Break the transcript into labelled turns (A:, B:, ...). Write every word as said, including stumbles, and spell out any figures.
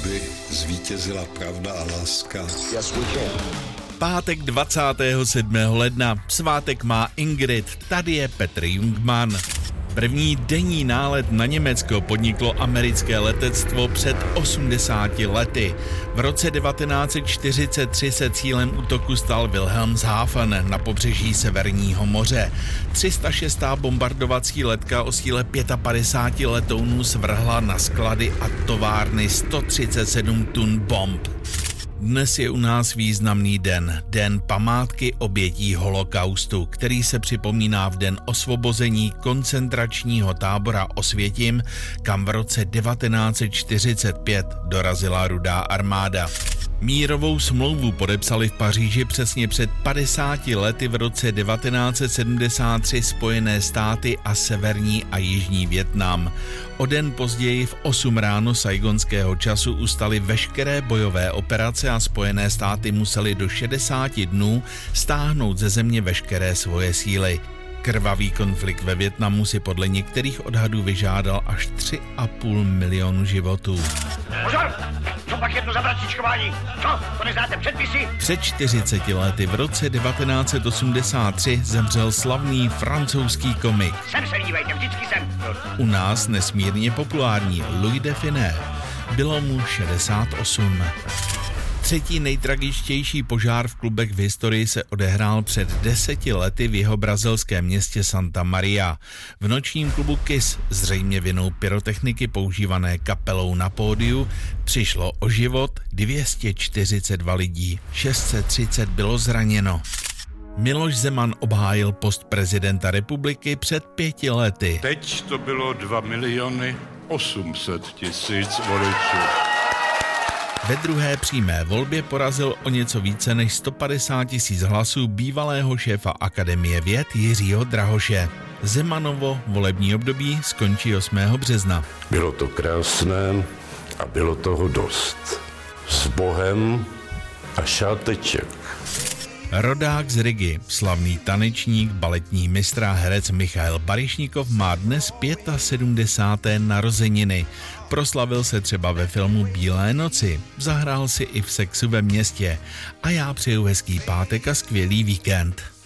A: aby zvítězila pravda a láska.
B: Pátek dvacátého sedmého ledna. Svátek má Ingrid, tady je Petr Jungmann. První denní nálet na Německo podniklo americké letectvo před osmdesáti lety. V roce devatenáct set čtyřicet tři se cílem útoku stal Wilhelmshaven na pobřeží Severního moře. tři sta šestá bombardovací letka o síle padesát pět letounů svrhla na sklady a továrny sto třicet sedm tun bomb. Dnes je u nás významný den, den památky obětí holokaustu, který se připomíná v den osvobození koncentračního tábora Osvětim, kam v roce devatenáct set čtyřicet pět dorazila Rudá armáda. Mírovou smlouvu podepsali v Paříži přesně před padesáti lety v roce devatenáct set sedmdesát tři Spojené státy a Severní a Jižní Vietnam. O den později v osm ráno saigonského času ustaly veškeré bojové operace a Spojené státy musely do šedesáti dnů stáhnout ze země veškeré svoje síly. Krvavý konflikt ve Vietnamu si podle některých odhadů vyžádal až tři a půl milionu životů.
C: Pozor! Co pak je to za vracičkování? Co? To neznáte předpisy?
B: Před čtyřiceti lety v roce devatenáct set osmdesát tři zemřel slavný francouzský komik.
C: Sem se dívejte, vždycky sem.
B: U nás nesmírně populární Louis de Funès. Bylo mu šedesát osm. Třetí nejtragičtější požár v klubech v historii se odehrál před deseti lety v jeho brazilském městě Santa Maria. V nočním klubu Kiss, zřejmě vinou pyrotechniky používané kapelou na pódiu, přišlo o život dvě stě čtyřicet dva lidí, šest set třicet bylo zraněno. Miloš Zeman obhájil post prezidenta republiky před pěti lety.
D: Teď to bylo dva miliony osm set tisíc voličů.
B: Ve druhé přímé volbě porazil o něco více než sto padesát tisíc hlasů bývalého šéfa Akademie věd Jiřího Drahoše. Zemanovo volební období skončí osmého března.
E: Bylo to krásné a bylo toho dost. S Bohem a šáteček.
B: Rodák z Rigy, slavný tanečník, baletní mistr a herec Michail Baryšníkov má dnes sedmdesáté páté narozeniny. Proslavil se třeba ve filmu Bílé noci, zahrál si i v Sexu ve městě. A já přeju hezký pátek a skvělý víkend.